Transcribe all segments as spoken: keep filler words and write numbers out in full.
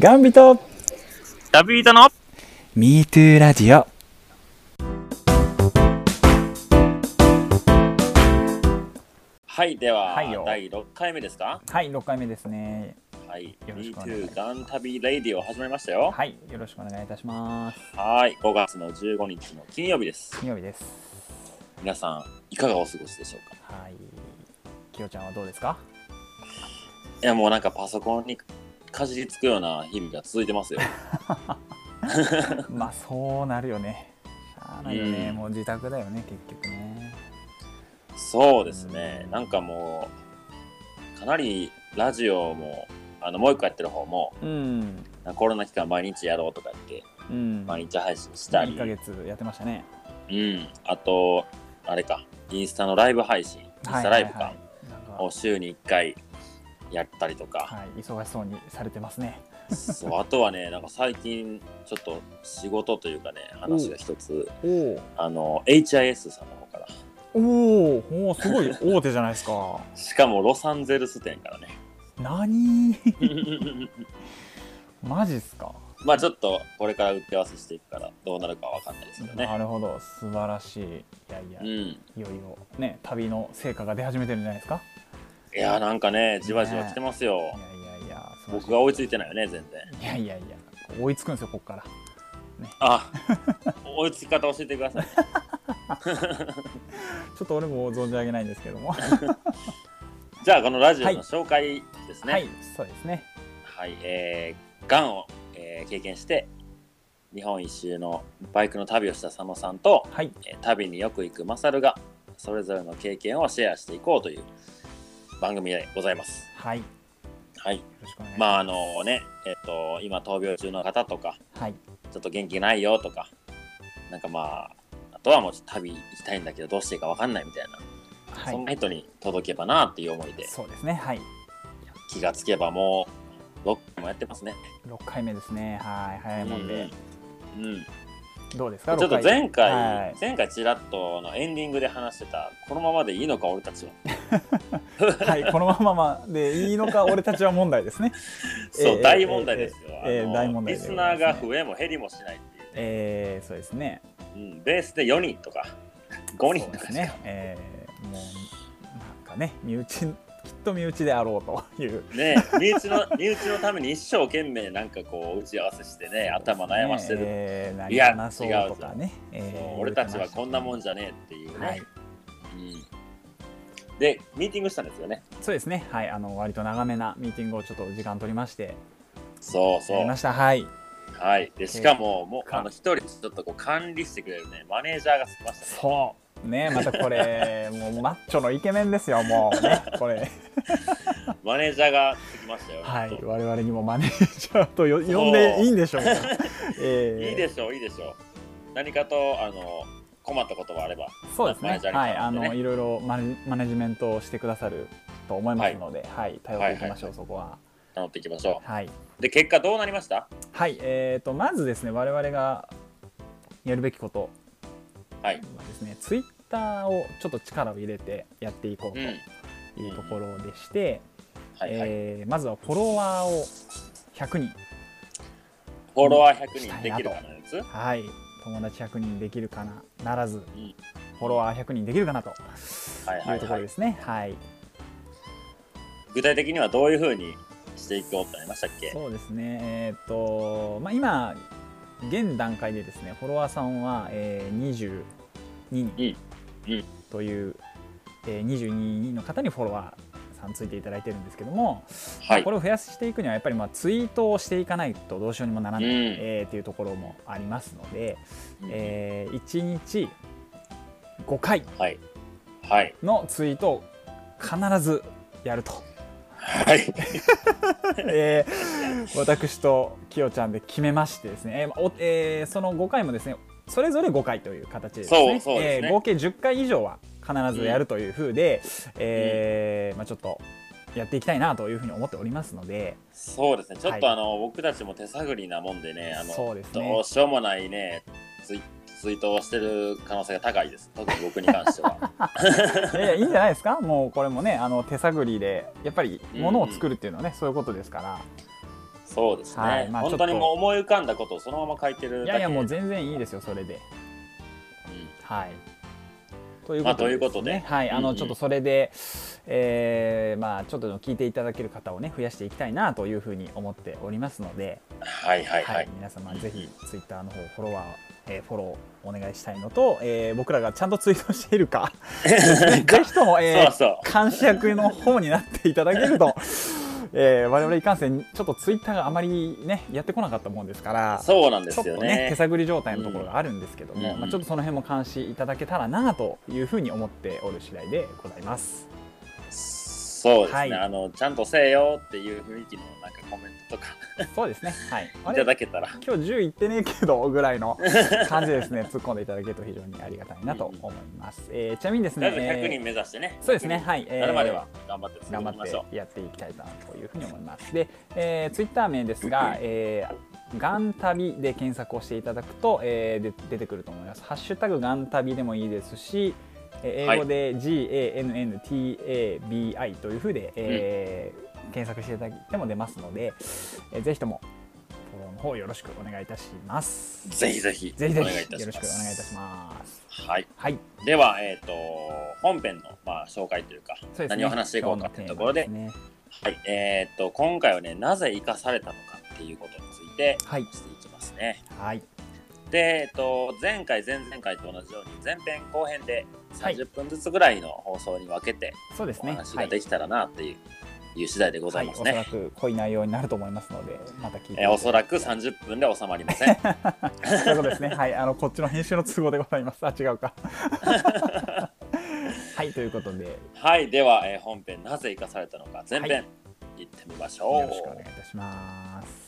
ガンビト旅人のミートゥー ラジオ。 はい、では、 はいよだいろっかいめですか？ はい、ろっかいめですね。 はい、 よろしくお願いミートゥー ガン旅レイディオ始まりましたよ。 はい、よろしくお願いいたします。 はい、ごがつのじゅうごにちの金曜日です。 金曜日です。 皆さんいかがお過ごしでしょうか？ はい、きよちゃんはどうですか？ いや、もうなんかパソコンにかじりつくような日々が続いてますよ。 まあそうなるよね。しゃあないよね、 うんもう自宅だよね結局ね。 そうですね、 うんなんかもうかなりラジオもあのもう一個やってる方もうんコロナ期間毎日やろうとか言ってうん毎日配信したり、 いっかげつやってましたね。 うん、あとあれかインスタのライブ配信、インスタライブか、 はいはいはいなんかを週にいっかいやったりとか、 はい、忙しそうにされてますね。 そうあとはねなんか最近ちょっと仕事というかね話が一つおあの エイチアイエス さんの方からおおおお、すごい大手じゃないですか。 しかもロサンゼルス店からね何マジっすか。 まあちょっとこれから打ち合わせしていくからどうなるかわかんないですけどね。 なるほど、素晴らしい。いやいや、 うん、 いよいよね旅の成果が出始めてるんじゃないですか。 いやなんかねじわじわ来てますよ、 いやいやいや、素晴らしい。 僕が追いついてないよね全然。 いやいやいや、追いつくんですよこっから。 あ追いつき方教えてください。 ちょっと俺も存じ上げないんですけども。 じゃあこのラジオの紹介ですね。 はい、そうですね。 はい、えー、がんを、えー経験して日本一周のバイクの旅をした佐野さんと、 はいえー旅によく行くマサルがそれぞれの経験をシェアしていこうという番組でございます。 はい、よはい、 ろしくお願いします。 まああのねえっ、と今闘病中の方とかはいちょっと元気ないよとかなんかまああとはもう旅行きたいんだけどどうしていいか分かんないみたいな、 はい、 そんな人に届けばなっていう思いでそうですね。はい、 気がつけばもうろっかいもやってますね。 ろっかいめですね。はい、早いもんで。 うん、うんどうですか。 ちょっと前回、 はい、 前回ちらっとのエンディングで話してたこのままでいいのか俺たちははい、このままでいいのか俺たちは問題ですね。 そう、 えー大問題ですよ、 えーえーあの大問題リスでございますねナーが増えも減りもしないっていう、 えー、そうですね。 うん、ベースでよにんとかごにんとかしかそうですね。えー、もうなんかね、身内きっと身内であろうというね身内の身内のために一生懸命なんかこう打ち合わせしてね頭悩ましてる、 えー、何いや話そうとかね。 そう俺たちはこんなもんじじゃねえっていうね、 はい、 うん、でミーティングしたんですよね。 そうですね。はい、あの割と長めなミーティングをちょっと時間取りましてそうそうやりました。はい。 はいでしかももうかあの一人ちょっとこう管理してくれるねマネージャーがつきましたね。 そうね、またこれもうマッチョのイケメンですよもうねこれ。 マネージャーがつきましたよ。 はい、 本当我々にもマネージャーとよ呼んでいいんでしょうか。えーいいでしょういいでしょう。何かとあの困ったことがあればそうですね。 マネージャーにはい、あ頼んでねのいろいろマネマネジメントをしてくださると思いますので、はい、頼っていきましょう、 はいはいはいそこは。 頼っていきましょはい、 う。で結果どうなりました？ はい、えーとまずですね、我々がやるべきことはいはですね、ツイッターをちょっと力を入れてやっていこうとうんいうところでして、 はいはい、 えーまずはフォロワーをひゃくにん、 フォロワーひゃくにんできるかなやつ、 はい、友達ひゃくにんできるかなならず、 うんフォロワーひゃくにんできるかなとはいはいいうところはい、 ですね。はい具体的にはどういうふうにしていこうってなりましたっけ？ そうですね、えーっとまあ、今現段階でですねフォロワーさんは、えー、にじゅうににんうんうんという、えー、にじゅうににんの方にフォロワーさんついていただいてるんですけども、 はいこれを増やしていくにはやっぱりまあツイートをしていかないとどうしようにもならない、 うんえーっていうところもありますので、 うんえーいちにちごかいはいはいのツイートを必ずやると。 はいえー、私ときよちゃんで決めましてですね、えーおえーそのごかいもですねそれぞれごかいという形でですね、 そうそうですねえー合計じゅっかい以上は必ずやるというふうで、えーまあ、ちょっとやっていきたいなというふうに思っておりますので、 そうですねちょっとはいあの、僕たちも手探りなもんでねあのそうですねどうしようもないねツイツイートをしてる可能性が高いです。特に僕に関しては。 いやいやいいんじゃないですか。もうこれもねあの手探りでやっぱりものを作るっていうのはね、そういうことですから。 そうですね、 はいまあ、 本当にもう思い浮かんだことをそのまま書いてるだけ。 いやいやもう全然いいですよそれで、 うん、 はいというまあことでですね、 ということではい、あうんうんのちょっとそれで、えーまあちょっと聞いていただける方をね増やしていきたいなというふうに思っておりますので、 はいはいはい、 はい、皆様ぜひツイッターの方フォロワー、えーフォローお願いしたいのと、えー僕らがちゃんとツイートしているかぜひとも、えー、 そうそう監視役の方になっていただけると、えー、我々いかんせんちょっとツイッターがあまりねやってこなかったもんですからそうなんでちょっすよとね手ね。 探り状態のところがあるんですけども、 うんまあ、ちょっとその辺も監視いただけたらなというふうに思っておる次第でございます。 そうですね、 はいあのちゃんとせえよっていう雰囲気のなんかコメントとかそうですね、はい、あいれただけたら。 今日じゅういってねえけどぐらいの感じでですね突っ込んでいただけると非常にありがたいなと思います。えーちなみにですね、 とりあえずひゃくにんえー目指してね、 そうですね、はい、えーなるまでは頑張って続け頑張ていきましょってやっていきたいなというふうに思います。で、えー、ツイッター名ですが、えー、ガン旅で検索をしていただくと、えー、で出てくると思います。ハッシュタグガン旅でもいいですし、えー英語で ジーエーエヌエヌティーエービーアイ というふうで、えー検索していただいても出ますので、えーぜひともフォローの方よろしくお願いいたします。 う。ぜひぜひぜひぜお願いいたします。 ひよろしくお願いいたします。 はい。 はい、 では、えっ、と本編のまあ紹介というかそうですね、 何を話していこうかというところで、 今日のテーマすねはい。えっ、と今回はね、なぜ生かされたのかっていうことについてはいしていきますね。 はいで、えっと、前回、前々回と同じように前編後編でさんじゅっぷんずつぐらいの放送に分けておそうですね、 話ができたらなっていう,、いう次第でございますね。 はい、おそらく濃い内容になると思いますのでまた聞いていただけえーおそらくさんじゅっぷんで収まりません。 そういうことですね。はい、あのこっちの編集の都合でございます。あ、違うか。はい、ということで、 はい、では、えー本編なぜ生かされたのか前編、 はいいってみましょう。 よろしくお願いいたします。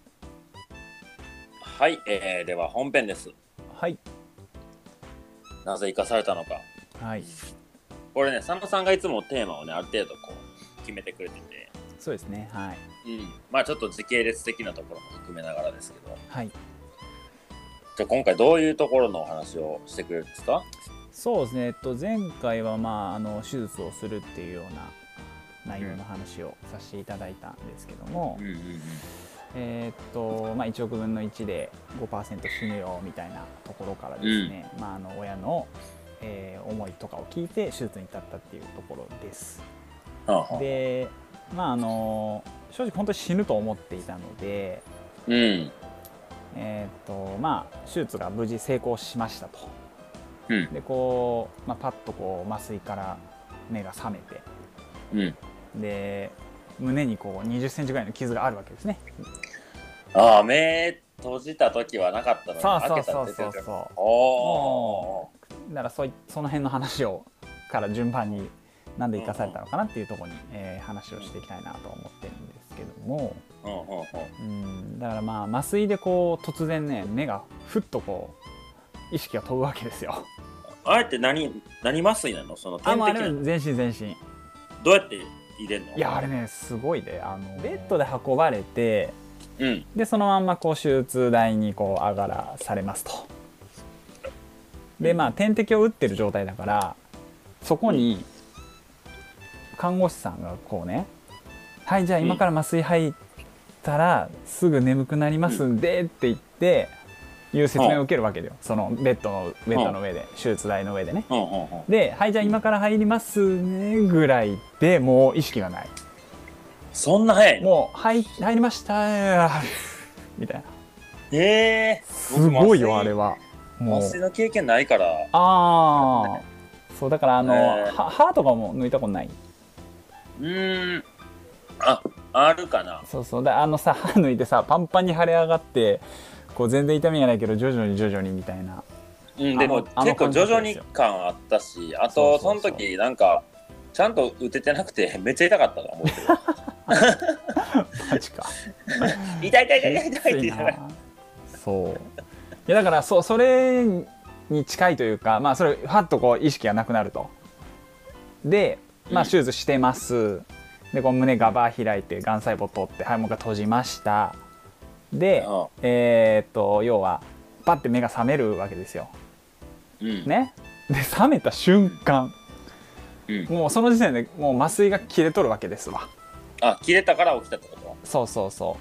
はい、えーでは本編です。 はい、 なぜ生かされたのか。 はい、 これね、佐野さんがいつもテーマをね、ある程度こう決めてくれてて、 そうですね。はい、 うん、まあちょっと時系列的なところも含めながらですけど、 はい、 じゃあ今回どういうところのお話をしてくれるんですか？ そうですね。えっと前回はまああの手術をするっていうような内容の話をさせていただいたんですけども、 うんうんうん。 えーっとまあいちおくぶんのいちで ごパーセント 死ぬよみたいなところからですね、まああの親の、えー思いとかを聞いて手術に至ったっていうところです。 はあはあ、 でまああの正直本当に死ぬと思っていたので、 うんえーっとまあ手術が無事成功しましたと。 うんでこう、まあ、パッとこう麻酔から目が覚めて、 うん。 で胸にこうにじゅっセンチぐらいの傷があるわけですね。 ああ、目閉じた時はなかったのにそう開けたらそうそう出てくる。 そうそおお。 う。だからそういその辺の話をから順番になんで生かされたのかなっていうところに、えー話をしていきたいなと思ってるんですけども、 うんうんうん。 うんだからまあ麻酔でこう突然ね目がふっとこう意識が飛ぶわけですよ。 あれって何何麻酔なの？そのあもうあ点滴なの？ れ全身全身。 どうやって入れるの？ いやあれねすごいで、あのベッドで運ばれて、 うんでそのまんまこう手術台にこう上がらされますと。でまあ点滴を打ってる状態だからそこに看護師さんがこうね「はいじゃあ今から麻酔入ったらすぐ眠くなりますんで」って言っていう説明を受けるわけだよ、そのベッドのベッドの上で手術台の上でね。 うんうんうん。 で「はいじゃあ今から入りますね」ぐらいでもう意識がない。 そんな早いの？ もう入入りましたみたいな。 へえ。 すごいよあれは。 は。もう麻酔の経験ないから。 ああそうだからあの、 えーは歯とかも抜いたことない。 うーん。あ、あるかな。 そうそうだあのさ歯抜いてさパンパンに腫れ上がってこう全然痛みがないけど徐々に徐々にみたいな。 うん、でもあの結構徐々にあの感感あったし、あとそそうそうそうの時なんかちゃんと打ててなくてめっちゃ痛かったと思うけど。 マジか。 痛い痛い痛い痛い痛いって言いながら。 そういやだからそそれに近いというかまあそれファッとこう意識がなくなると。でまあ手術してます。でこう胸ガバー開いてがん細胞取ってはいもう一回閉じました。で、 うんえーっと要はパッて目が覚めるわけですよ。 うんね。で覚めた瞬間、 うん、 もうその時点でもう麻酔が切れとるわけですわ。 あ、切れたから起きたってこと？ そうそうそ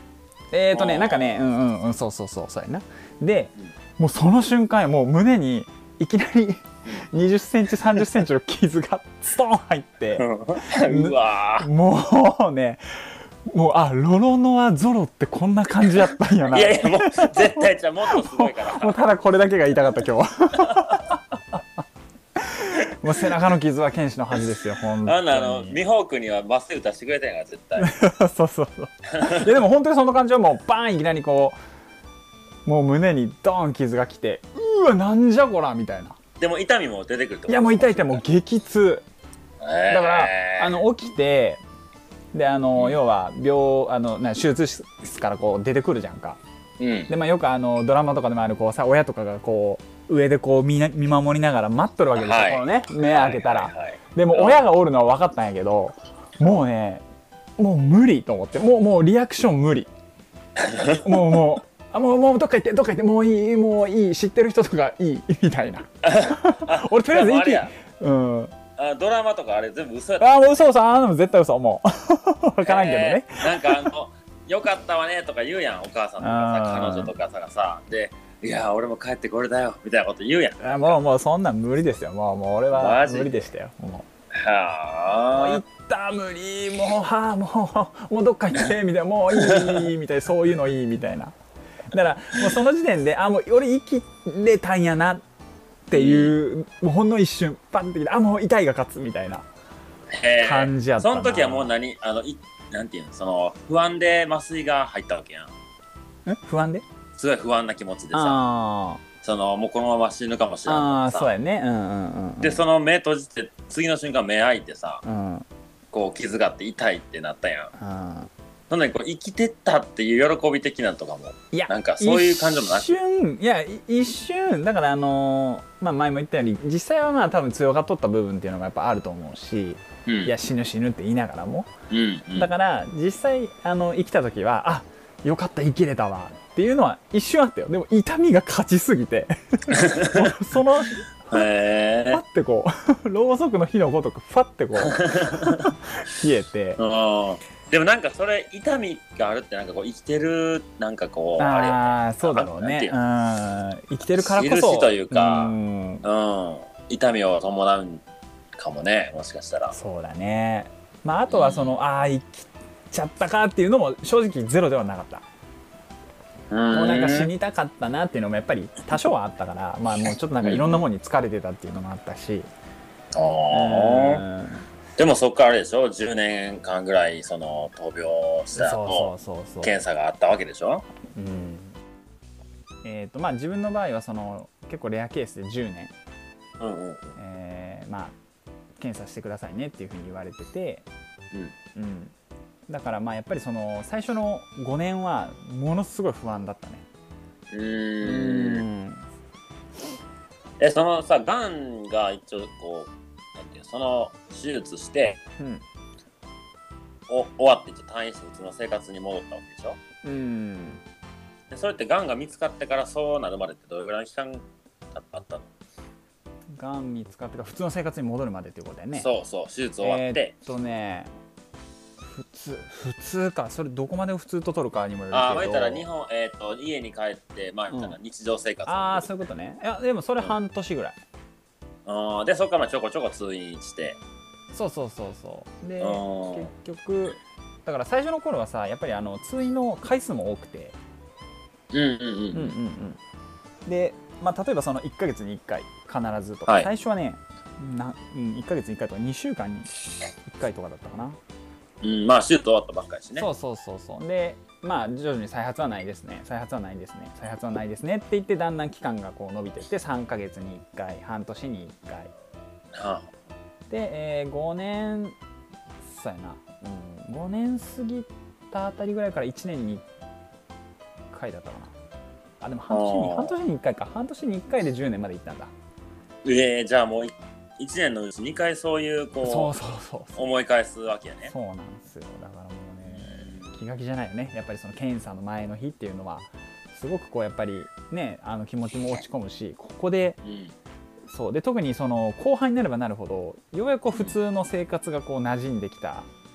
えーとねあーなんかねうんうんうんそうそうそうそうやな。でもうその瞬間もう胸にいきなりにじゅっセンチさんじゅっセンチの傷がストーン入ってうわもうねもうあロロノアゾロってこんな感じやったんやー。 ないやいやもう絶対じゃあもっとすごいから。 もうただこれだけが言いたかった今日はもう背中の傷は剣士の恥ですよ本当に。 あんなあのミホークには麻酔打たしてくれたんやから絶対。 そうそうそういやでも本当にその感じはもうバーンいきなりこうもう胸にドーン傷がきてうわなんじゃこらみたいな。 でも痛みも出てくるってこと。 いやもう痛い痛いもう激痛えーだからあの起きてであの、 うん要は病あのな手術室からこう出てくるじゃんか。 うんでまあよくあのドラマとかでもあるこうさ親とかがこう上でこう見な見守りながら待っとるわけですよ、 はいこのね目開けたら、 はいはいはいでも親がおるのは分かったんやけどもうねもう無理と思ってもうもうリアクション無理もうもうあもうもうどっか行ってどっか行ってもういいもういい知ってる人とかいいみたいな俺とりあえず息でもあれやうんあドラマとかあれ全部嘘やった。 あもう嘘嘘あんなの絶対嘘もう分からんけどね、 えーなんかあのよかったわねとか言うやんお母さんとかさあー彼女とかささでいや俺も帰ってこれだよみたいなこと言うやん。 あもうもうそんなん無理ですよもうもう俺はマジ無理でしたよもうもうは行った無理もうはあもうもうどっか行ってみたいなもういいみたいなそういうのいいみたいなだからもうその時点であもう俺生きれたんやなっていう、もうほんの一瞬パンってきてあもう痛いが勝つみたいなあ感じやったなその時はもう何あのいなんていうのその不安で麻酔が入ったわけやん。 ん不安ですごい不安な気持ちでさあそのもうこのまま死ぬかもしれないああさそうやねうんうんうんうんでその目閉じて次の瞬間目開いてさうんうんこう傷があって痛いってなったやん。そんなにこう生きてったっていう喜び的なのとかもいやなんかそういう感情もなく一瞬いやい一瞬だからあのーまあ前も言ったように実際はまあ多分強がっとった部分っていうのがやっぱあると思うし、 うんいや死ぬ死ぬって言いながらもうんうんだから実際あの生きた時はあよかった生きれたわっていうのは一瞬あったよ。でも痛みが勝ちすぎてそのフへえァってこうろうそくの火のごとくファってこう冷えてうんでもなんかそれ痛みがあるってなんかこう生きてるなんかこうあれああそうだろうねなんていううん生きてるからこそ印というかうんうん痛みを伴うかもねもしかしたら。 そうだねまああとはその、ああ生きちゃったかっていうのも正直ゼロではなかった。もうなんか死にたかったなっていうのもやっぱり多少はあったからまあもうちょっとなんかいろんなものに疲れてたっていうのもあったし、 あーでもそっからあれでしょじゅうねんかんぐらいその闘病したそう後そうそうそう検査があったわけでしょ。 うんえーとまあ自分の場合はその結構レアケースでじゅうねん、 うんうんえーまあ検査してくださいねっていうふうに言われてて、 うんうん、だからまあやっぱりその最初のごねんはものすごい不安だったね。 うーんんえそのさがんが一応こうなんていうその手術してうんお終わって一応退院して普通の生活に戻ったわけでしょ。 うんでそれってがんが見つかってからそうなるまでってどれぐらいの期間あったの？ がん見つかってから普通の生活に戻るまでっていうことだよね。 そうそう手術終わって、 えーっとね普通普通かそれどこまで普通と取るかにもよるけどああまあ言ったら日本、えー、と家に帰ってまあ言ったらうん日常生活、 ああそういうことね。いやでもそれ半年ぐらい、 あーでそこからまあちょこちょこ通院してそうそうそうそうでうん結局だから最初の頃はさやっぱりあの通院の回数も多くてうんうんうんうんうんうんで、まあ、例えばそのいっかげつにいっかい必ずとか、 はい最初はねな、うん、いっかげつにいっかいとかにしゅうかんにいっかいとかだったかな、 うんまあ手術終わったばっかりしね。 そうそうそうそうでまあ徐々に再発はないですね再発はないですね再発はないですねって言ってだんだん期間がこう伸びてってさんかげつにいっかい半年にいっかいはで、えー、ごねんそうやな、うん、ごねん過ぎたあたりぐらいからいちねんにいっかいだったかなあでも半年にあー半年にいっかいか半年にいっかいでじゅうねんまでいったんだ。 えー、じゃあもういいちねんのうちにかいそういうこうそうそうそうそう思い返すわけやね。 そうなんですよだからもうね気が気じゃないよねやっぱりその検査の前の日っていうのはすごくこうやっぱりねあの気持ちも落ち込むしここでうんそうで特にその後半になればなるほどようやくこう普通の生活がこう馴染んできた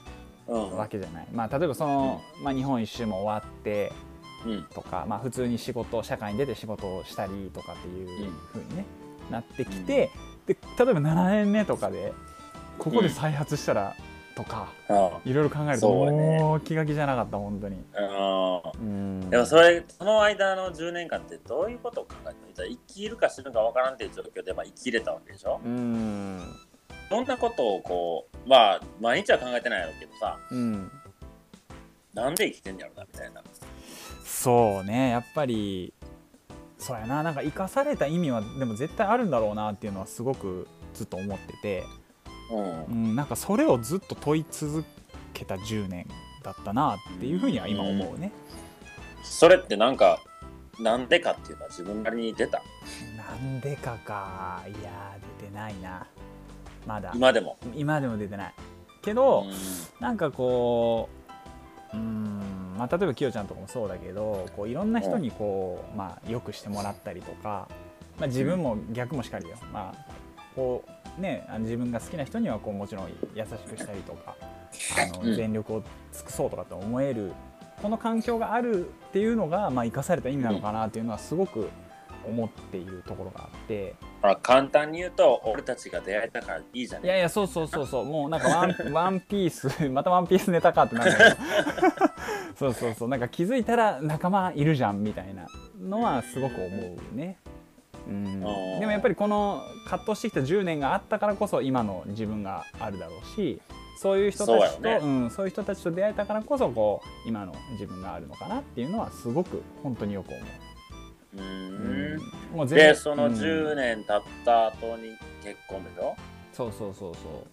わけじゃない、まあ、例えばその、まあ、日本一周も終わってうんとか、まあ、普通に仕事社会に出て仕事をしたりとかっていう風に、ね、なってきて、で例えばななねんめとかでここで再発したらとか、 うん、 いろいろ考えるとそうやねもう気が気じゃなかった本当に。 うんうんでもそれその間のじゅうねんかんってどういうことを考えてた？生きるか死ぬか分からんっていう状況でまあ生きれたわけでしょ。 うんそんなことをこうまあ毎日は考えてないやろうけどさ、 うんなんで生きてんやろなみたいな。 そうねやっぱりそうやななんか生かされた意味はでも絶対あるんだろうなっていうのはすごくずっと思ってて、 うんうん、なんかそれをずっと問い続けたじゅうねんだったなっていうふうには今思うね。 それってなんかなんでかっていうのは自分なりに出た？ なんでかかいや出てないなまだ今でも今でも出てないけど、 うんなんかこううーんまあ、例えばきよちゃんとかもそうだけどこういろんな人にこう、まあ、よくしてもらったりとか、まあ、自分も逆もしかりよ、まあこうね、あの自分が好きな人にはこうもちろん優しくしたりとかあの、 うん全力を尽くそうとかって思えるこの環境があるっていうのが、まあ、生かされた意味なのかなっていうのはすごく思っているところがあって、 ほら簡単に言うと俺たちが出会えたからいいじゃない。 いやいやそうそうそうそうもうなんかワン、ワンピースまたワンピースネタかってなるんだけどそうそうそうなんか気づいたら仲間いるじゃんみたいなのはすごく思うね。うん、でもやっぱりこの葛藤してきたじゅうねんがあったからこそ今の自分があるだろうしそういう人たちとそう、ねうん、そういう人たちと出会えたからこそこう今の自分があるのかなっていうのはすごく本当によく思う。 うーんうんもう全でそのじゅうねん経った後に結婚でしょ、 うん、そうそうそうそ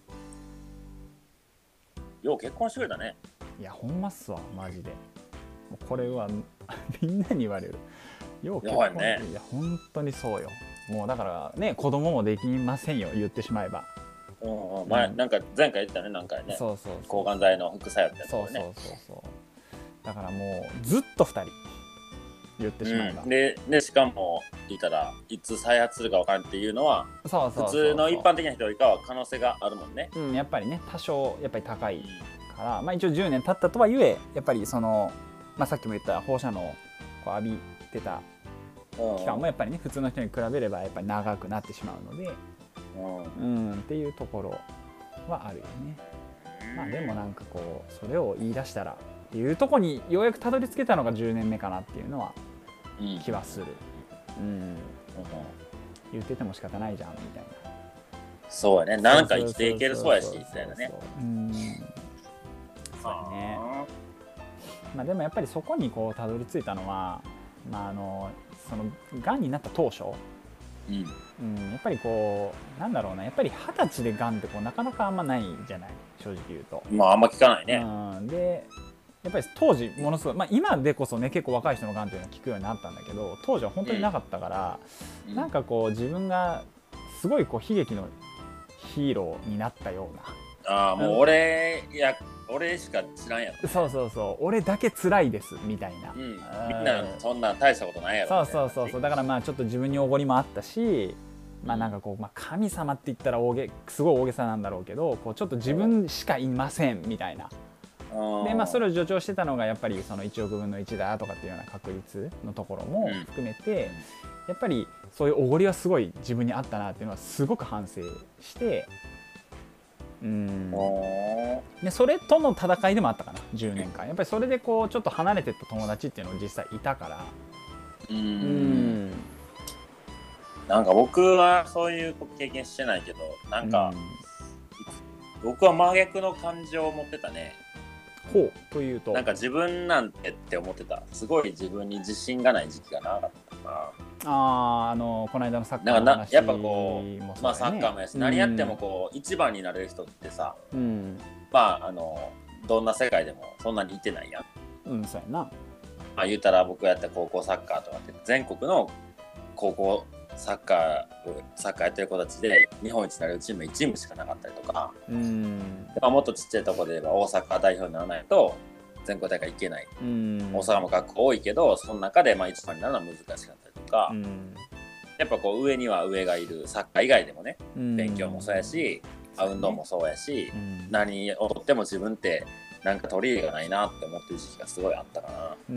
うよう結婚してくれたね。 ういやほんまっすわマジでもうこれはみんなに言われるよう結婚やばいね。 いや本当にそうよもうだからね子供もできませんよ言ってしまえばうんうん、前、うん、なんか前回言ってたね何回ねそうそうそう抗がん剤の副作用ってやつそうそうそうそうだからもうずっとふたり言ってしまえば、 うん、で, でしかも言ったらいつ再発するか分からんっていうのはそうそうそうそう普通の一般的な人よりかは可能性があるもんね、 うん、やっぱりね多少やっぱり高いから、まあ、一応じゅうねん経ったとはいえやっぱりその、まあ、さっきも言った放射能をこう浴びてた期間もやっぱりね普通の人に比べればやっぱり長くなってしまうので、うん、うん、っていうところはあるよね。まあでもなんかこうそれを言い出したらっていうところにようやくたどり着けたのがじゅうねんめかなっていうのは気はする、うんうん、言ってても仕方ないじゃんみたいな。 そうやねなんか生きていけるそうやしみたいなね。 うんそうやね。まあでもやっぱりそこにこうたどり着いたのはまああのそのがんになった当初、うんうん、やっぱりこうなんだろうなやっぱり二十歳でがんってこうなかなかあんまないじゃない正直言うと。 まああんま聞かないね。 うん、でやっぱり当時ものすごい、まあ、今でこそね結構若い人のがんっていうのを聞くようになったんだけど当時は本当になかったから、うん、なんかこう自分がすごいこう悲劇のヒーローになったようなああもう俺いや俺しか知らんやろ。 そうそうそう俺だけ辛いですみたいな、 うん、みんなそんな大したことないやろ。 そうそうそうそうだからまあちょっと自分におごりもあったしまあなんかこう、まあ、神様って言ったら大げすごい大げさなんだろうけどこうちょっと自分しかいませんみたいな。でまあ、それを助長してたのがやっぱりそのいちおくぶんのいちだとかっていうような確率のところも含めて、うん、やっぱりそういうおごりはすごい自分にあったなっていうのはすごく反省してうんでそれとの戦いでもあったかなじゅうねんかんやっぱりそれでこうちょっと離れてった友達っていうのも実際いたからうんうんなんか僕はそういう経験してないけどなんか、うん、僕は真逆の感情を持ってたね。 ほうというとなんか自分なんてって思ってたすごい自分に自信がない時期が長かったからあああのこの間のサッカーの話やっぱこう、ね、まあサッカーもやし、うん、何やってもこう一番になれる人ってさ、うん、まああのどんな世界でもそんなにいてないやん。 うんそうやな。 まあ言うたら僕やった高校サッカーとかって全国の高校サッカーサッカーやってる子たちで日本一になれるチームいちチームしかなかったりとか、うんまあ、もっとちっちゃいところで言えば大阪代表にならないと全国大会行けない、うん、大阪も学校多いけどその中でまあ一番になるのは難しかったりとか、うん、やっぱこう上には上がいるサッカー以外でもね、うん、勉強もそうやし運動もそうやし、うん、何をとっても自分ってなんか取り入れがないなって思ってる時期がすごいあったかな。 うん、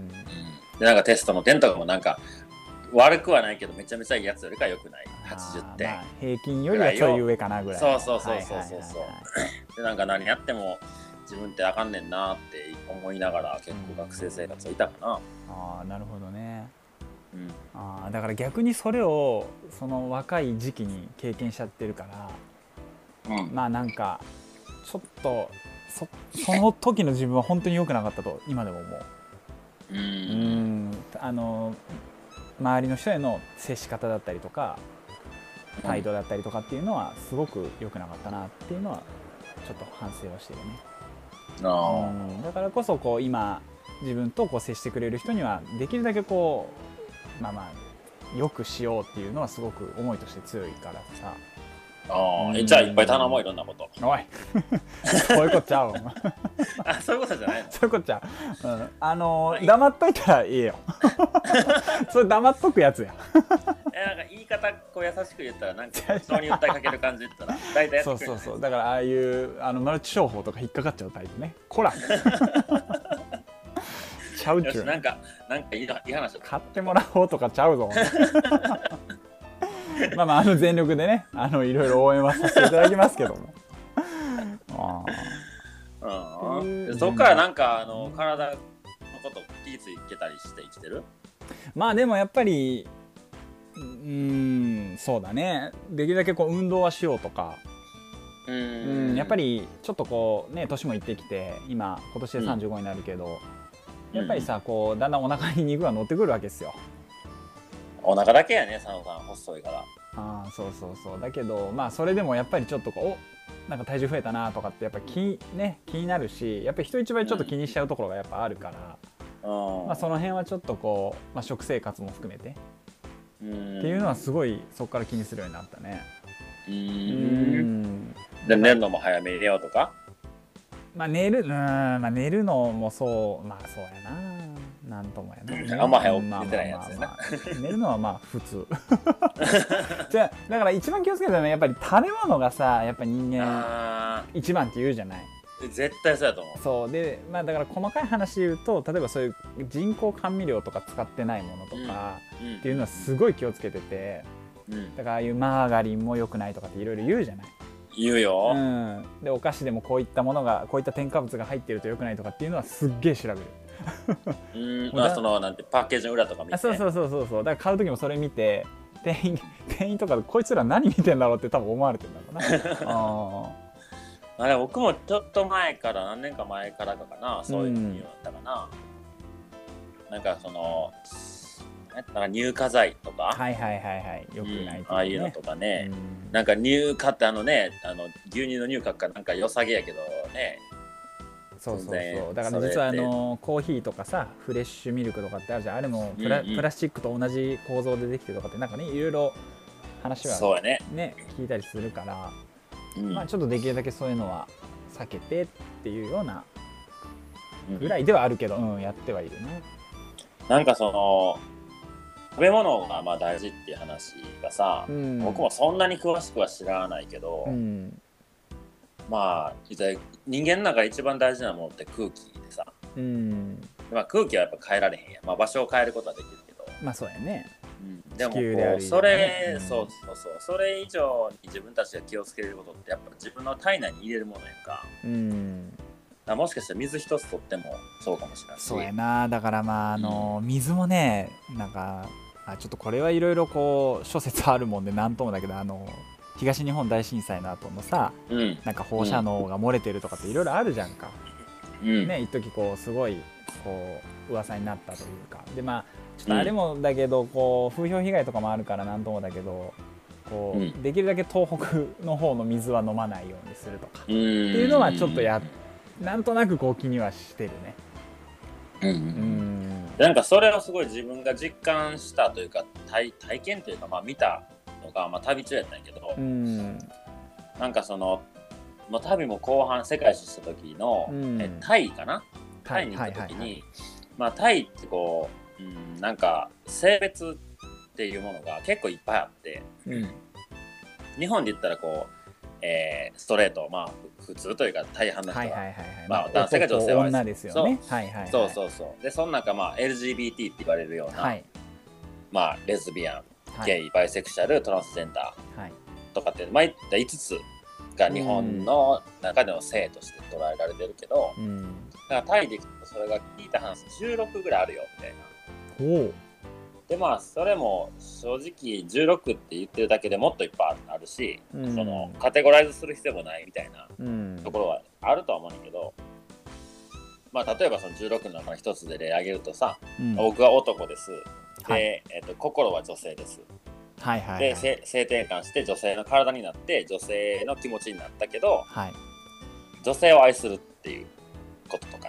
でなんかテストの点とかもなんか悪くはないけどめちゃめちゃいいやつよりか良くないはちじゅってん、まあ、 平均よりはちょい上かなぐらい。 そうそうそうそうそうそう。でなんか何やっても自分ってあかんねんなって思いながら結構学生生活をいたかな。 ああなるほどね。 うん、 あだから逆にそれをその若い時期に経験しちゃってるから、うん、まあなんかちょっと そ, その時の自分は本当に良くなかったと今でも思う。うんうんあの周りの人への接し方だったりとか態度だったりとかっていうのはすごく良くなかったなっていうのはちょっと反省はしてるね。あうんだからこそこう今自分とこう接してくれる人にはできるだけこうまあまあよくしようっていうのはすごく思いとして強いからさ。 ああ、じゃあいっぱい頼もういろんなこと。 おいそういうことちゃうあ、そういうことじゃないの。 そういうことちゃう、うん、あのー、黙っといたらいいよそれ黙っとくやつやえなんか言い方こう優しく言ったらなんか人に訴えかける感じ言ったら大体やってくれる。 そうそうそうだからああいうあのマルチ商法とか引っかかっちゃうタイプね。こらちゃうっちゅう。 なんかなんかいい話買ってもらおうとかちゃうぞまあまああの全力でねあのいろいろ応援はさせていただきますけどもああ、うん、そっからなんかあの体のこと気ぃつけたりして生きてる？ まあでもやっぱりうーんそうだねできるだけこう運動はしようとかうん、やっぱりちょっとこうね年もいってきて今今年でさんじゅうごになるけど、うん、やっぱりさこうだんだんお腹に肉が乗ってくるわけですよ。 お腹だけやね佐野さん細いから。 ああそうそうそうだけどまあそれでもやっぱりちょっとこうなんか体重増えたなとかってやっぱ気ね気になるしやっぱり人一倍ちょっと気にしちゃうところがやっぱあるから、うんまあ、その辺はちょっとこう、まあ、食生活も含めてうんっていうのはすごいそこから気にするようになったね。 うーんで寝るのも早めに寝ようとか。 まあ寝るうん、まあ、寝るのもそうまあそうやななんともやな。 あんま早起きてないやつやな。 寝るのはまあ普通じゃあだから一番気をつけてるのはやっぱり食べ物がさやっぱ人間一番って言うじゃない。 絶対そうやと思う。 そうでまあだから細かい話で言うと例えばそういう人工甘味料とか使ってないものとかっていうのはすごい気をつけてて、うん、だからああいうマーガリンも良くないとかっていろいろ言うじゃない。 言うよ、 うん、でお菓子でもこういったものがこういった添加物が入っていると良くないとかっていうのはすっげえ調べるうんまあそのなんてパッケージの裏とか見て、ね、 そうそうそうそうそうだから買う時もそれ見て店員店員とかこいつら何見てんだろうって多分思われてるんだろうなああれ僕もちょっと前から何年か前からかなそういうのに言ったかな、うん、なんかそのなんか乳化剤とかはいはいはいはいよくない、ねうん、ああいうのとかね、うん、なんか乳化ってあのねあの牛乳の乳化かなんか良さげやけどねそうそうそうだから実はあのコーヒーとかさフレッシュミルクとかってあるじゃんあれもプ ラ,、うんうん、プラスチックと同じ構造でできてるとかってなんかねいろいろ話は ね, ね聞いたりするから、うん、まあちょっとできるだけそういうのは避けてっていうようなぐらいではあるけど、うんうん、やってはいるね。 なんかその食べ物がまあ大事っていう話がさ、うん、僕もそんなに詳しくは知らないけど、うん、まあ人間の中で一番大事なものって空気でさ、うんまあ、空気はやっぱ変えられへんやん、まあ、場所を変えることはできるけどまあそうやね、 うん、でもこうそれ、うん、そうそうそうそれ以上に自分たちが気をつけることってやっぱ自分の体内に入れるものやんか、うんもしかしたら水一つとってもそうかもしれないし。 そうやなだからまああの、うん、水もねなんかあちょっとこれはいろいろこう諸説あるもんで何ともだけどあの東日本大震災の後のさ、うん、なんか放射能が漏れてるとかっていろいろあるじゃんか、うんね、一時こうすごいこう噂になったというかでまあちょっとあれもだけどこう風評被害とかもあるから何ともだけどこう、うん、できるだけ東北の方の水は飲まないようにするとかっていうのはちょっとやなんとなくこう気にはしてるね。 うんうん、なんかそれをすごい自分が実感したというか 体, 体験というかまあ見たのが、まあ、旅中やったんやけど、うん、なんかその、まあ、旅も後半世界一周した時の、うん、えタイかなタイに行った時に、はいはいはいまあ、タイってこう、うん、なんか性別っていうものが結構いっぱいあって、うん、日本で言ったらこうえー、ストレート、まあ普通というか大半の人は、 はいはいはいはい、 まあ男性が女性を愛する女ですよね。はいはいはい、 そうそうそう。でその中まあ エルジービーティー って言われるような、はい、まあレズビアン、ゲイ、はい、バイセクシャル、トランスジェンダーとかって、まあいったいつつが日本の中での性として捉えられてるけど、うん、だからタイでいくとそれが聞いた話じゅうろくぐらいあるよみたいな。おでまあそれも正直じゅうろくって言ってるだけでもっといっぱいあるし、うん、そのカテゴライズする必要もないみたいなところはあるとは思うんだけど、まあ例えばそのじゅうろくの中の一つで例挙げるとさ、うん、僕は男です。で、はい、えーと、心は女性です。はいはいはい、で性転換して女性の体になって女性の気持ちになったけど、はい、女性を愛するっていうこととかね。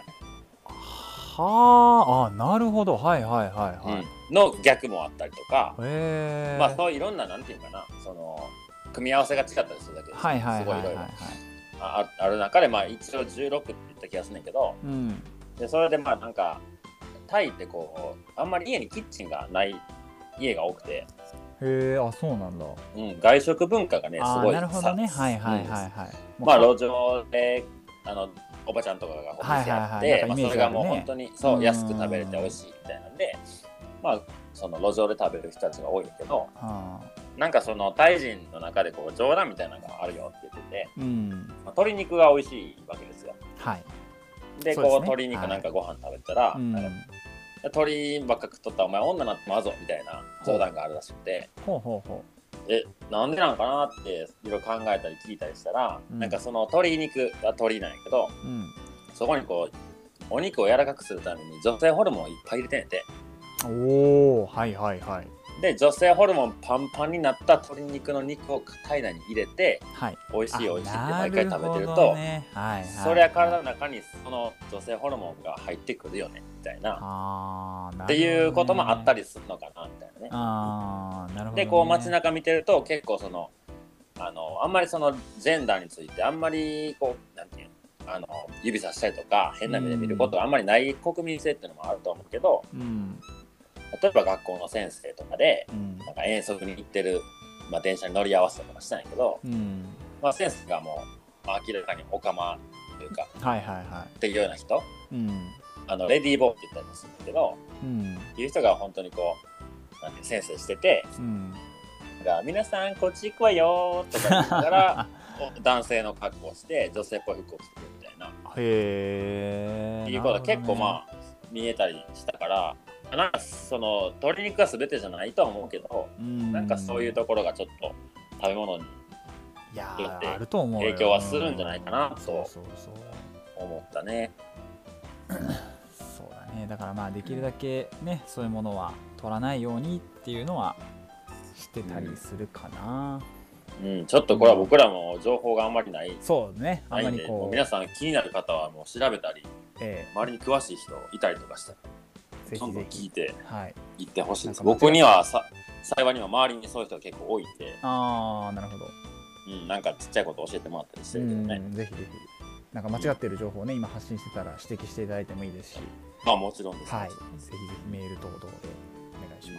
はあ、なるほど、はいはいはいはい、 うん、の逆もあったりとか、へまあそういろんななんていうかな、その組み合わせが違ったりするだけです、はいはいはいはいはい、すごいいろいろあある中で、まあ一応じゅうろくって言った気がするんだけど、うん、でそれでまあなんかタイってこうあんまり家にキッチンがない家が多くて、 へえ、あ、そうなんだ、 うん、外食文化がねすごい、 なるほどね、はいはいはいはい、 うん、まあ路上であのおばちゃんとかがお店あって、まあそれがもう本当にそう安く食べれて美味しいみたいなんで、まあその路上で食べる人たちが多いけど、なんかそのタイ人の中でこう冗談みたいなのがあるよって言ってて、うん、まあ、鶏肉が美味しいわけですよ。はい。でこう、ね、鶏肉なんかご飯食べたら、はい、なんか鶏ばっか食っとったらお前女なってまぞみたいな冗談があるらしくて、ほうほうほう、えなんでなんかなっていろいろ考えたり聞いたりしたら、うん、なんかその鶏肉が鶏なんやけど、うん、そこにこうお肉を柔らかくするために女性ホルモンをいっぱい入れてんねんて。おお、はいはいはい。で女性ホルモンパンパンになった鶏肉の肉を体内に入れて、はい、美味しい美味しいって毎回食べてると、ね、はいはい、そりゃ体の中にその女性ホルモンが入ってくるよねみたいな、あー、なるほどね、っていうこともあったりするのかなみたいなね。あー、なるほどね。でこう街中見てると結構そのあのあんまりそのジェンダーについてあんまりこうなんていうの、あの指さしたりとか変な目で見ることはあんまりない国民性っていうのもあると思うけど、うん、例えば学校の先生とかで、うん、なんか遠足に行ってる、まあ、電車に乗り合わせたりとかしたんやけど、うん、まあ、先生がもう、まあ、明らかにオカマというか、はいはいはい、っていうような人、うん、あのレディーボーって言ったりもするんだけど、うん、っていう人が本当にこうなんて先生してて、うん、が皆さんこっち行くわよとか言ったら男性の格好をして女性っぽい服を着てるみたいな、へーっていうことが結構まあ見えたりしたから。なんかその鶏肉が全てじゃないとは思うけど、んなんかそういうところがちょっと食べ物によって影響はするんじゃないかなと思ったね。 そうだね。だからまあできるだけね、そういうものは取らないようにっていうのはしてたりするかな。 うん、うん、ちょっとこれは僕らも情報があんまりない、うん、 そうね、あんまりこう皆さん気になる方はもう調べたり、ええ、周りに詳しい人いたりとかしたらぜひぜひ聞いて行ってほしいです。僕にはさ幸いには周りにそういう人が結構多いんで、 ああ、なるほど、 うん、なんかちっちゃいこと教えてもらったりしてるけどね、 ぜひぜひなんか間違ってる情報をね、うん、今発信してたら指摘していただいてもいいですし、 まあもちろんです、 はい、ぜひぜひメール等々でお願いします。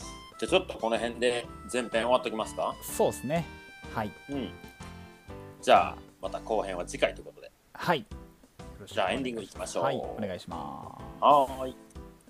じゃあちょっとこの辺で前編終わっときますか。 そうですね、はい、 うん、じゃあまた後編は次回ということで、 はい、 じゃあエンディングいきましょう。 はい、お願いします。 はい。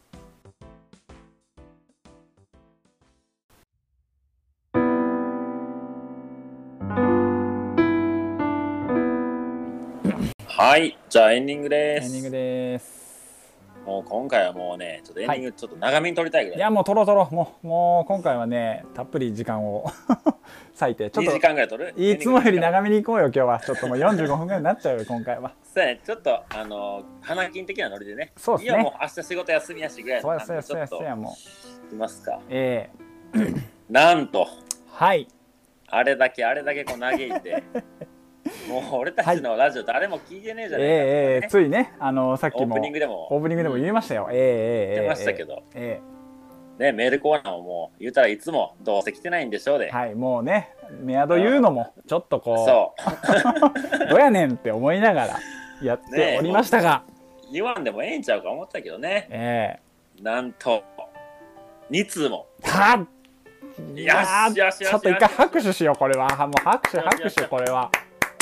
はい、じゃあエンディングです。 エンディングです。 もう今回はもうね、ちょっとエンディングちょっと長めに撮りたいぐらい。 はい、いやもう撮ろう撮ろう、もうもう今回はねたっぷり時間を割いて、ちょっとにじかんぐらい撮る。 いつもより長めに行こうよ今日は。ちょっともうよんじゅうごふんぐらいになっちゃうよ今回は。 そうやね、ちょっとあの花金的なノリでね。 そうですね。 いやもう明日仕事休みやしぐらいの感じでちょっといますか。 ええー、 なんと、 はい、 あれだけあれだけこう嘆いて。もう俺たちのラジオ誰も聞いてねえじゃないか、ね、 えー、えー、ついね、あのさっきもオープニングでもオープニングでも言いましたよ、うん、えー、えー、 言いましたけど、 えー、ね、メールコーナーももう言うたらいつもどうせ来てないんでしょうで、 はい、もうねメアド言うのもちょっとこうそうどうやねんって思いながらやっておりましたが、 ね、言わんでもええんちゃうか思ったけどね、 えー、 なんとに通もはっいやーちょっと一回拍手しようこれは。もう拍手拍手これは。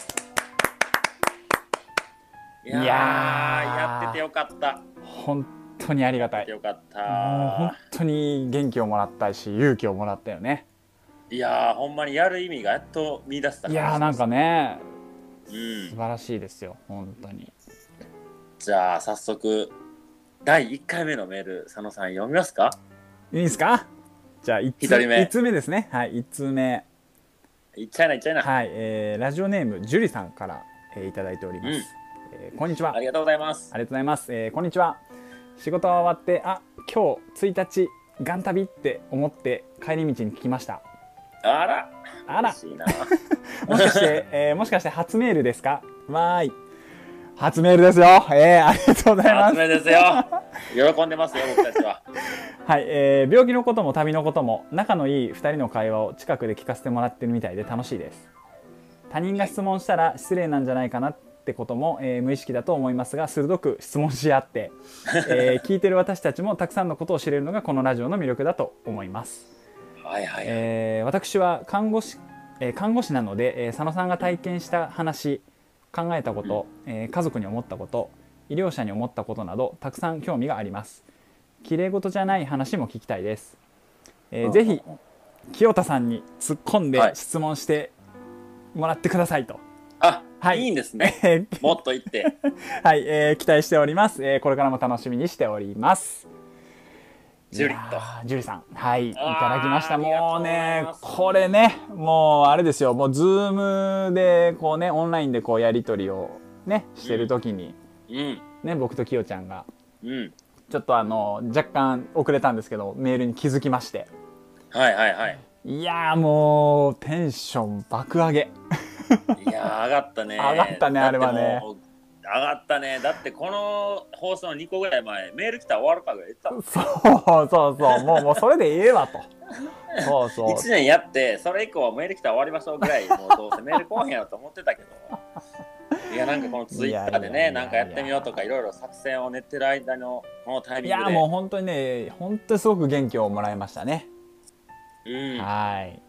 いやーやっててよかった。 本当にありがたい。 よかった。 もう本当に元気をもらったし勇気をもらったよね。 いやーほんまにやる意味がやっと見出した。 いやーなんかね、 うん、 素晴らしいですよ本当に。 じゃあ早速だいいっかいめのメール佐野さん読みますか。 いいですか。じゃあ 1, つひとりめいっつうめですね。はいいっつうめいっちゃいないっちゃいな。 はい、えー、ラジオネームジュリさんから、えー、いただいております、うんえー、こんにちは。 ありがとうございます。 ありがとうございます、えー、こんにちは。仕事は終わってあ今日ついたちガン旅って思って帰り道に聞きました。 あらあら嬉しいなもしかして、えー、もしかして初メールですか。わーい初メールですよ。えー、ありがとうございます。 初メールですよ。喜んでますよ僕たちは。 はい、えー、病気のことも旅のことも仲のいいふたりの会話を近くで聞かせてもらってるみたいで楽しいです。他人が質問したら失礼なんじゃないかなってことも、えー、無意識だと思いますが鋭く質問し合って、えー、聞いてる私たちもたくさんのことを知れるのがこのラジオの魅力だと思います。 はいはいはい、 えー、私は看護師、えー、看護師なので、えー、佐野さんが体験した話考えたこと、うんえー、家族に思ったこと医療者に思ったことなどたくさん興味があります。きれい事じゃない話も聞きたいです、えーうん、ぜひ清田さんに突っ込んで質問してもらってくださいと。 あ、はい、いいんですねもっと言ってはい、えー、期待しております、えー、これからも楽しみにしております。 ジュリッとジュリさんはいいただきました。もうねこれねもうあれですよ。もうズームでこうねオンラインでこうやり取りをねしてる時に、うん、ね僕ときよちゃんが、うん、ちょっとあの若干遅れたんですけどメールに気づきまして、 はいはいはい、 いやーもうテンション爆上げいやー上がったね上がったねあれはね上がったね。だってこの放送のにこぐらい前メール来たら終わるかぐらい言った。 そうそうそうもうもうそれでええわとそうそういちねんやってそれ以降はメール来たら終わりましょうぐらいもうどうせメール来へんやろと思ってたけどいやなんかこのツイッターでねなんかやってみようとかいろいろ作戦を練ってる間のこのタイミングでいやもう本当にね本当にすごく元気をもらいましたね。 うんはい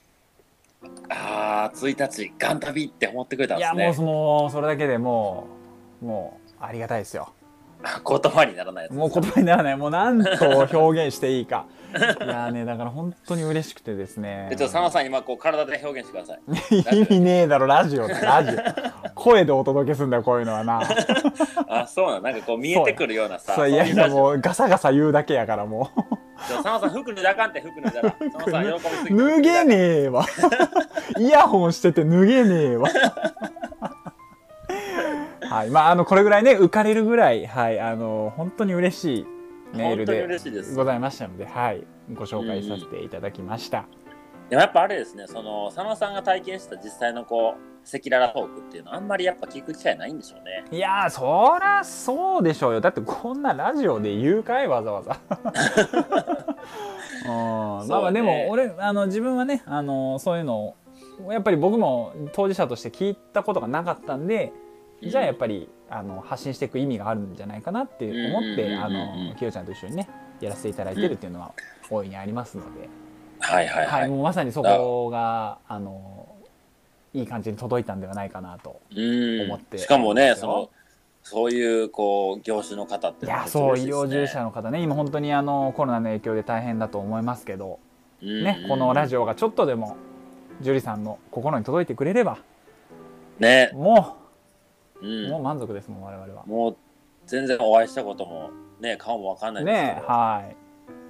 ああついたちガン旅って思ってくれたんですね。 いやもうもうそれだけでもうもうありがたいですよ。 言葉にならないやつもう言葉にならないもうなんと表現していいかいやねだから本当に嬉しくてですね。 ちょっと佐野さん今こう体で表現してください意味ねえだろラジオラジオ声でお届けするんだよこういうのはなあそうななんかこう見えてくるようなさそういやいやもうガサガサ言うだけやからもう佐野さん服脱いだらあかんって服脱いだら佐野さん喜びすぎて脱げねえわイヤホンしてて脱げねえわはいまああのこれぐらいね浮かれるぐらいはいあの本当に嬉しいメールでございましたので、はい、ご紹介させていただきました。 でもやっぱあれですねその佐野さんが体験した実際のこう赤裸々トークっていうのはあんまりやっぱ聞く機会ないんでしょうね。 いやーそりゃそうでしょうよ。だってこんなラジオで言うかいわざわざうん、まあまあでも俺あの自分はねあのそういうのをやっぱり僕も当事者として聞いたことがなかったんで、うん、じゃあやっぱりあの発信していく意味があるんじゃないかなって思ってあのきよちゃんと一緒にねやらせていただいてるっていうのは大いにありますので、 はいはいはい、 はい、もうまさにそこがあのいい感じに届いたんではないかなと思って。 しかもねそのそういうこう業種の方って、 ね、いやそう医療従事者の方ね今本当にあのコロナの影響で大変だと思いますけど、ね、このラジオがちょっとでも樹里さんの心に届いてくれればねもう、うん、もう満足ですもん我々は。 もう全然お会いしたこともね顔も分かんないですけど、ねはい、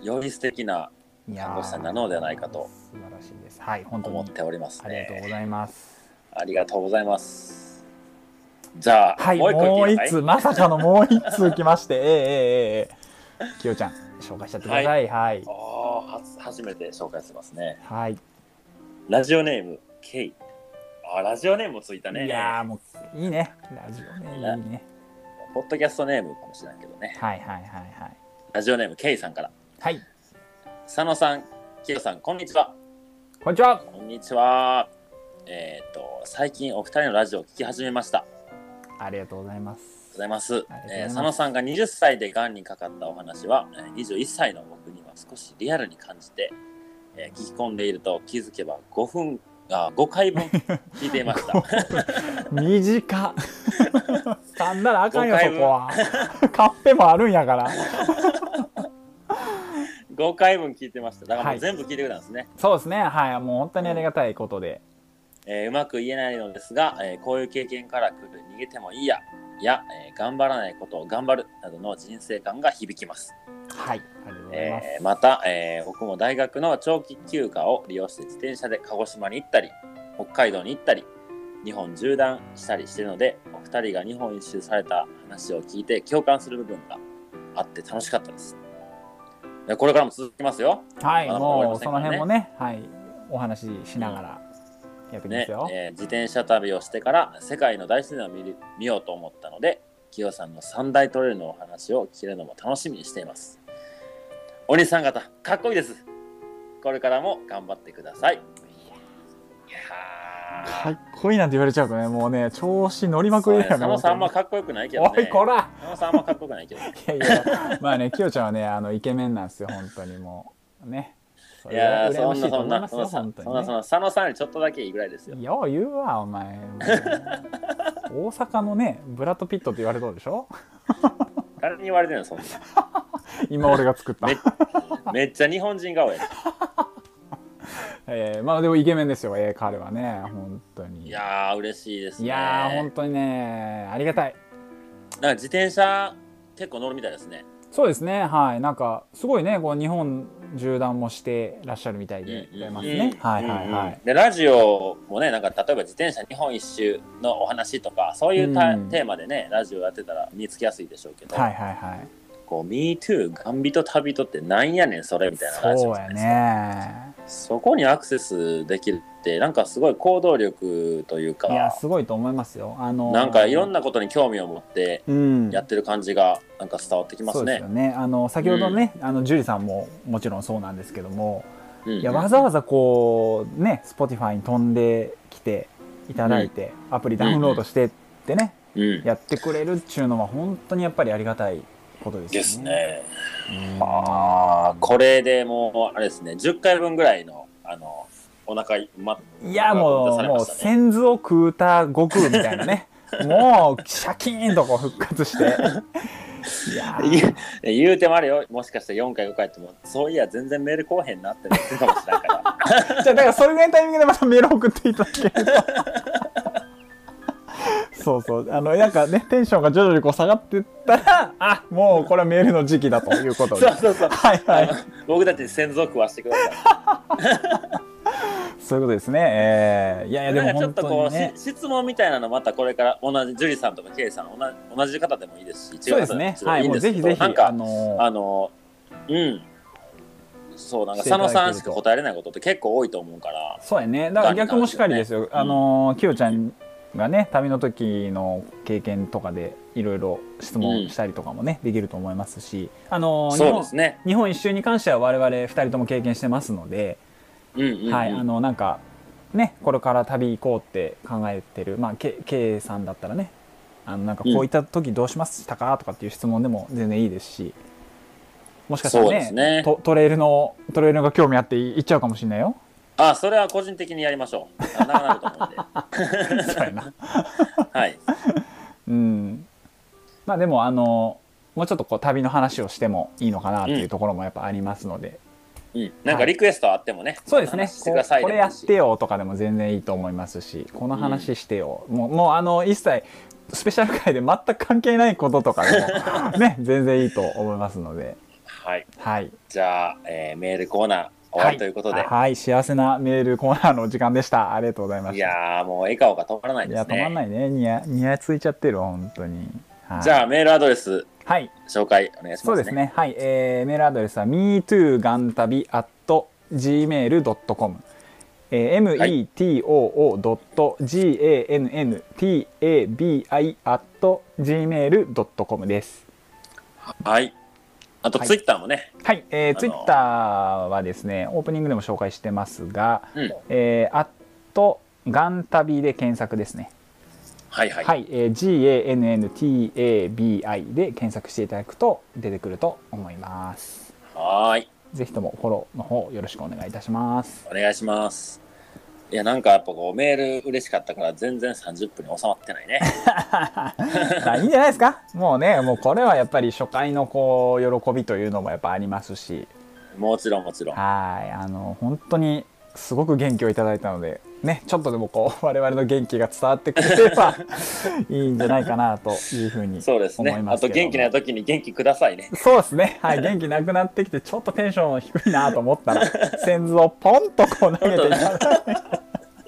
より素敵な看護師さんなのではないかと素晴らしいです。はい本当に思っておりますね。 ありがとうございます。 ありがとうございます。じゃあ、 はい、もう一通まさかのもう一通来ましてええええええきよちゃん紹介しちゃってください。はい、はい、 ああ初めて紹介しますね。 はいラジオネーム K。 あラジオネームもついたね。 いやもういいねラジオネームいいね。 ポッドキャストネームかもしれないけどね。 はいはいはいはい。 ラジオネーム K さんから。 はい。 佐野さん、きよさん、こんにちは。 こんにちは。 こんにちは。えっと最近お二人のラジオを聞き始めました。 ありがとうございます。 ございます。えー、佐野さんがはたちでがんにかかったお話はにじゅういっさいの僕には少しリアルに感じてえー、聞き込んでいると気づけばごふんあごかいぶん聞いていました短っ噛んだらあかんよそこはカッペもあるんやからごかいぶん聞いてました。だからもう全部聞いてくれたんですね、はい、 そうですね。はい、もう本当にありがたいことで、 えー、うまく言えないのですが、えー、こういう経験から来る逃げてもいいやや、えー、頑張らないことを頑張るなどの人生観が響きます。 はい、ありがとうございます。 えー、また、えー、僕も大学の長期休暇を利用して自転車で鹿児島に行ったり北海道に行ったり日本縦断したりしているので、お二人が日本一周された話を聞いて共感する部分があって楽しかったです。これからも続きますよ。 はい、まだまだ終わりませんからね、もうその辺もね、はい、お話ししながらやっていきますよ、 ねえー、自転車旅をしてから世界の大自然を 見, 見ようと思ったので、キヨさんの三大トレイルのお話を聞けるのも楽しみにしています。お兄さん方かっこいいです。これからも頑張ってください。いやかっこいいなんて言われちゃうとね、もうね調子乗りまくりだよね。 佐野さんあんまかっこよくないけどね。 おいこら佐野さんあんまかっこよくないけど、ね、 いやいやまあね、キヨちゃんはねあのイケメンなんですよ本当に。もうね、 いやそんなそんなそんなそんなそんな佐野さんよりちょっとだけいいぐらいですよ。 よう言うわお前大阪のねブラッド・ピットって言われとるでしょ誰に言われてんのそんな今俺が作っため, めっちゃ日本人顔やえー、まあでもイケメンですよ、えー、彼はね本当に。 いやー嬉しいですね。 いやー本当にねありがたい。 なんか自転車結構乗るみたいですね。 そうですね、はい、なんかすごいねこう日本縦断もしてらっしゃるみたいでございますね。はいはいはい。 でラジオもね、なんか例えば自転車日本一周のお話とかそういう、うん、テーマでねラジオやってたら見つけやすいでしょうけど、 はいはいはい、 こう Me Too ガンビと旅人ってなんやねんそれみたいなラジオじゃないですか。そうやね。そこにアクセスできるってなんかすごい行動力というか、 いやすごいと思いますよ。あのー、 なんかいろんなことに興味を持ってやってる感じがなんか伝わってきますね。 そうですよね。あの先ほどね、うん、あのジュリさんももちろんそうなんですけども、うんうん、いやわざわざこうね Spotify に飛んできていただいて、うん、アプリダウンロードしてってね、うん、やってくれるっていうのは本当にやっぱりありがたいことですよね。ですね。 ああ、これでもうあれですね、じゅっかいぶんぐらいのあのお腹い、ま、 いやもう、ね、もう先祖を食うた悟空みたいなねもうシャキーンとこう復活していや言うてもあるよ、もしかしてよんかいごかいってもそういや全然メールこうへんなってなってるかもしれないからじゃあだからそれぐらいのタイミングでまたメール送っていただけるとそうそう、あのなんかねテンションが徐々にこう下がっていったらあもうこれはメールの時期だということでそうそうそう、はいはい、僕たちに先祖を食わしてくださいそういうことですね、えー、いやいやでも本当に、ね、ちょっとこう質問みたいなのまたこれから同じジュリさんとかケイさん同じ同じ方でもいいですし、違う方でもいいんですけど、はい、もうぜひぜひなんかあのー、あのー、うんそうなんか佐野さんしか答えれないことって結構多いと思うから。 そうやね、だから逆もしかりですよ、あのきよちゃんがね旅の時の経験とかでいろいろ質問したりとかもね、うん、できると思いますし、あのー、そうですね、日本一周に関しては我々ふたりとも経験してますので、はい、あのなんかねこれから旅行こうって考えてる、まあ K, K さんだったらね、あのなんかこういった時どうしましたかとかっていう質問でも全然いいですし、もしかしたら ね, ね ト, トレイルのトレイルが興味あって行っちゃうかもしれないよ。 あ、それは個人的にやりましょう。長なると思うんで。そうやな。はい。 うん。まあでもあのもうちょっとこう旅の話をしてもいいのかなっていうところもやっぱありますので。 うん。なんかリクエストあってもね。はい、 そうですね。こ, これやってよとかでも全然いいと思いますし、この話してよ。うん、もうもうあの一切スペシャル回で全く関係ないこととかでもね全然いいと思いますので。 はい。 はい。 じゃあ、えー、メールコーナー。終わりということで、 はい、はい、幸せなメールコーナーの時間でした。ありがとうございました。 いやーもう笑顔が止まらないですね。 いや止まらないね。にやにやついちゃってる本当に。 はい、じゃあメールアドレス、 はい、 紹介お願いしますね。 そうですね。はい、えー、メールアドレスは ミートゥーガンタビ アットジーメールドットコム、えー、エムイーティーオードットジーエーエヌエヌティーエービーアイ アットジーメールドットコムです。 はい。あとツイッターもね。 はい、はい、えー、ツイッターはですね、オープニングでも紹介してますが、うん、えー、アットガンタビで検索ですね。 はいはい。 はい、えー、ジーエーエヌエヌティーエービーアイ で検索していただくと出てくると思います。 はい。 ぜひともフォローの方よろしくお願いいたします。 お願いします。いや、なんかやっぱこうメール嬉しかったから全然さんじゅっぷんに収まってないね。 まあいいんじゃないですか。もうね、もうこれはやっぱり初回のこう喜びというのもやっぱありますし。 もちろんもちろん。 はい、あの本当にすごく元気をいただいたのでね、ちょっとでもこう我々の元気が伝わってくれればいいんじゃないかなというふうに思いますけども。そうですね。 あと元気な時に元気くださいね。 そうですね。はい、元気なくなってきてちょっとテンション低いなと思ったら先頭をポンとこう投げていただいて。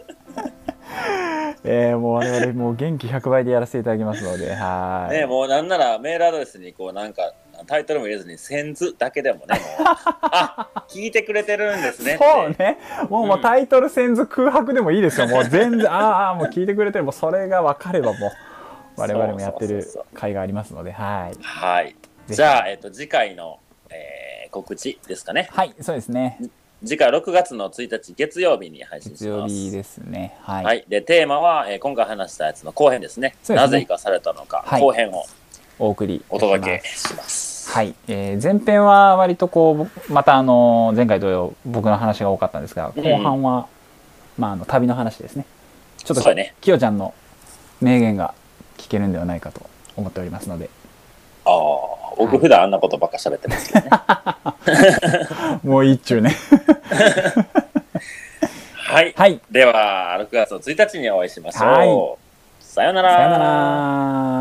えー、もう我々もう元気ひゃくばいでやらせていただきますので、はい。 ね、もうなんならメールアドレスにこうなんかタイトルも入れずに「センズ」だけでもね、もうあ、聞いてくれてるんですねって。 そうね。もう、うん、もうタイトルセンズ空白でもいいですよ。もう全然ああもう聞いてくれてる、もうそれが分かればもう我々もやってる回がありますので、はい。 はい。じゃあえっと次回の、えー、告知ですかね。 はい、そうですね。 次回ろくがつのついたち月曜日に配信します。 月曜日ですね。はい。 はい、でテーマは、えー、今回話したやつの後編ですね。ですね、なぜ生かされたのか、はい、後編をお送りお届けします。 はい、えー、前編は割とこうまたあの前回同様僕の話が多かったんですが、後半は、うん、まああの旅の話ですね。ちょっときよちゃんの名言が聞けるんではないかと思っておりますので。 ああ、僕普段あんなことばっか喋ってますけどね。 もういいっちゅうね。 はい、はい、ではろくがつのついたちにお会いしましょう。はい、 さようなら。さようなら。